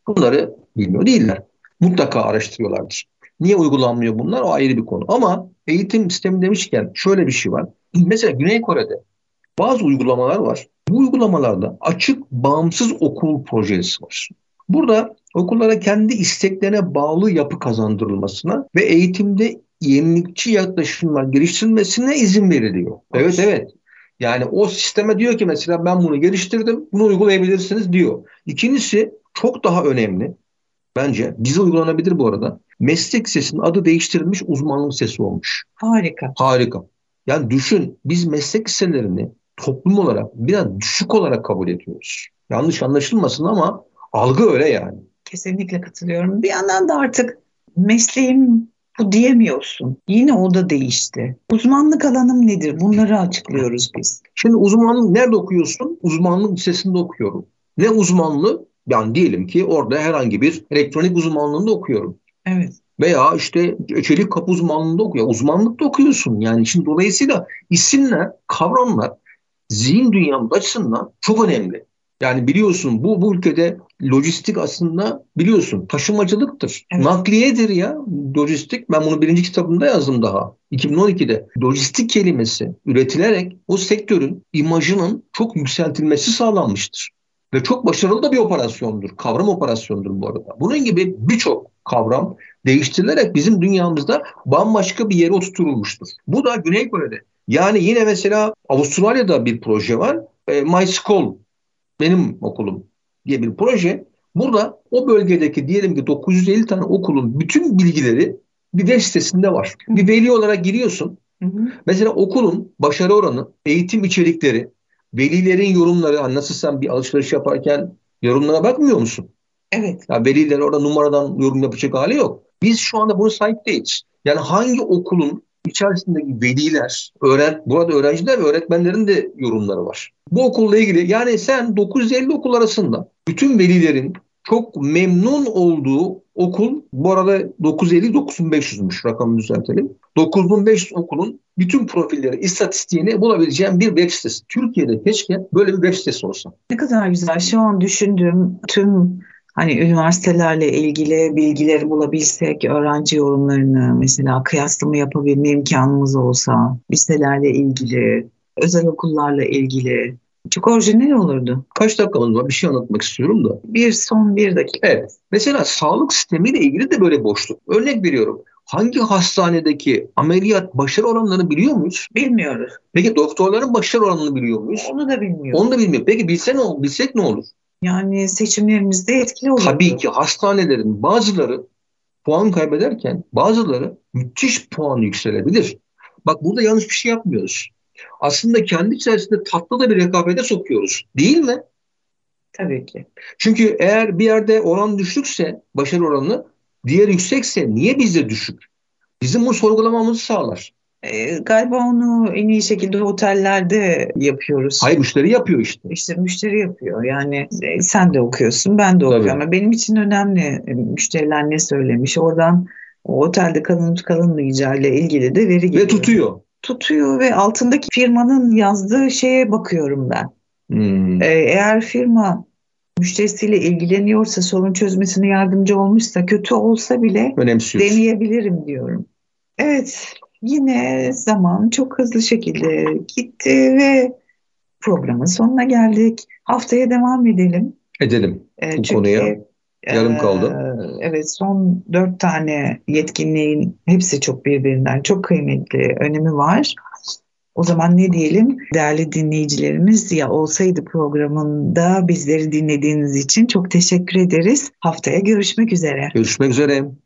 Bunları bilmiyor değiller. Mutlaka araştırıyorlardır. Niye uygulanmıyor bunlar? O ayrı bir konu. Ama eğitim sistemi demişken şöyle bir şey var. Mesela Güney Kore'de bazı uygulamalar var. Bu uygulamalarda açık bağımsız okul projesi var. Burada okullara kendi isteklerine bağlı yapı kazandırılmasına ve eğitimde yenilikçi yaklaşımlar geliştirilmesine izin veriliyor. Evet, evet. Yani o sisteme diyor ki mesela ben bunu geliştirdim, bunu uygulayabilirsiniz diyor. İkincisi çok daha önemli bence. Bize uygulanabilir bu arada. Meslek lisesinin adı değiştirilmiş, uzmanlık lisesi olmuş. Harika. Harika. Yani düşün, biz meslek liselerini toplum olarak biraz düşük olarak kabul ediyoruz. Yanlış anlaşılmasın ama algı öyle yani. Kesinlikle katılıyorum. Bir yandan da artık mesleğim bu diyemiyorsun. Yine o da değişti. Uzmanlık alanım nedir? Bunları açıklıyoruz biz. Şimdi uzmanlık nerede okuyorsun? Uzmanlık lisesinde okuyorum. Ne uzmanlığı? Yani diyelim ki orada herhangi bir elektronik uzmanlığında okuyorum. Evet. Veya işte çelik kapı uzmanlığında okuyor. Uzmanlıkta okuyorsun. Yani şimdi dolayısıyla isimler, kavramlar zihin dünyamız açısından çok önemli. Yani biliyorsun bu ülkede lojistik aslında biliyorsun taşımacılıktır. Evet. Nakliyedir ya lojistik. Ben bunu birinci kitabımda yazdım daha. 2012'de. Lojistik kelimesi üretilerek o sektörün imajının çok yükseltilmesi sağlanmıştır. Ve çok başarılı da bir operasyondur. Kavram operasyonudur bu arada. Bunun gibi birçok kavram değiştirilerek bizim dünyamızda bambaşka bir yere oturtulmuştur. Bu da Güney Kore'de. Yani yine mesela Avustralya'da bir proje var. My School, benim okulum diye bir proje. Burada o bölgedeki diyelim ki 950 tane okulun bütün bilgileri bir web sitesinde var. Bir veli olarak giriyorsun. Mesela okulun başarı oranı, eğitim içerikleri, velilerin yorumları, hani nasıl sen bir alışveriş yaparken yorumlara bakmıyor musun? Evet. Ya veliler orada numaradan yorum yapacak hali yok. Biz şu anda buna sahip değiliz. Yani hangi okulun içerisindeki veliler, burada öğrenciler ve öğretmenlerin de yorumları var. Bu okulla ilgili yani sen 950 okul arasında bütün velilerin çok memnun olduğu okul, bu arada 950-9500'müş, rakamını düzeltelim. 9500 okulun bütün profilleri, istatistiğini bulabileceğim bir web sitesi. Türkiye'de keşke böyle bir web sitesi olsa. Ne kadar güzel. Şu an düşündüğüm tüm üniversitelerle ilgili bilgileri bulabilsek, öğrenci yorumlarını mesela kıyaslama yapabilme imkanımız olsa, liselerle ilgili, özel okullarla ilgili çok orijinal olurdu. Kaç dakikamız var? Bir şey anlatmak istiyorum da. Son bir dakika. Evet. Mesela sağlık sistemiyle ilgili de böyle boşluk. Örnek veriyorum. Hangi hastanedeki ameliyat başarı oranlarını biliyor muyuz? Bilmiyoruz. Peki doktorların başarı oranını biliyor muyuz? Onu da bilmiyoruz. Onu da bilmiyor. Peki bilsek ne olur? Yani seçimlerimizde etkili olur. Tabii ki hastanelerin bazıları puan kaybederken bazıları müthiş puan yükselebilir. Bak burada yanlış bir şey yapmıyoruz. Aslında kendi içerisinde tatlı da bir rekabete sokuyoruz. Değil mi? Tabii ki. Çünkü eğer bir yerde oran düşükse, başarı oranı, diğer yüksekse niye bizde düşük? Bizim bunu sorgulamamızı sağlar. Galiba onu en iyi şekilde otellerde yapıyoruz. Hayır, müşteri yapıyor işte. İşte müşteri yapıyor. Yani sen de okuyorsun, ben de okuyorum. Ama benim için önemli müşteriler ne söylemiş. Oradan o otelde kalınıp kalınmayacağıyla ilgili de veri geliyor. Ve tutuyor. Tutuyor ve altındaki firmanın yazdığı şeye bakıyorum ben. Eğer firma müşterisiyle ilgileniyorsa, sorun çözmesine yardımcı olmuşsa, kötü olsa bile deneyebilirim diyorum. Evet, yine zaman çok hızlı şekilde gitti ve programın sonuna geldik. Haftaya devam edelim. Edelim. Bu konuya yarım kaldı. Evet, son 4 tane yetkinliğin hepsi çok birbirinden çok kıymetli önemi var. O zaman ne diyelim? Değerli dinleyicilerimiz, Ya Olsaydı programında bizleri dinlediğiniz için çok teşekkür ederiz. Haftaya görüşmek üzere. Görüşmek üzere.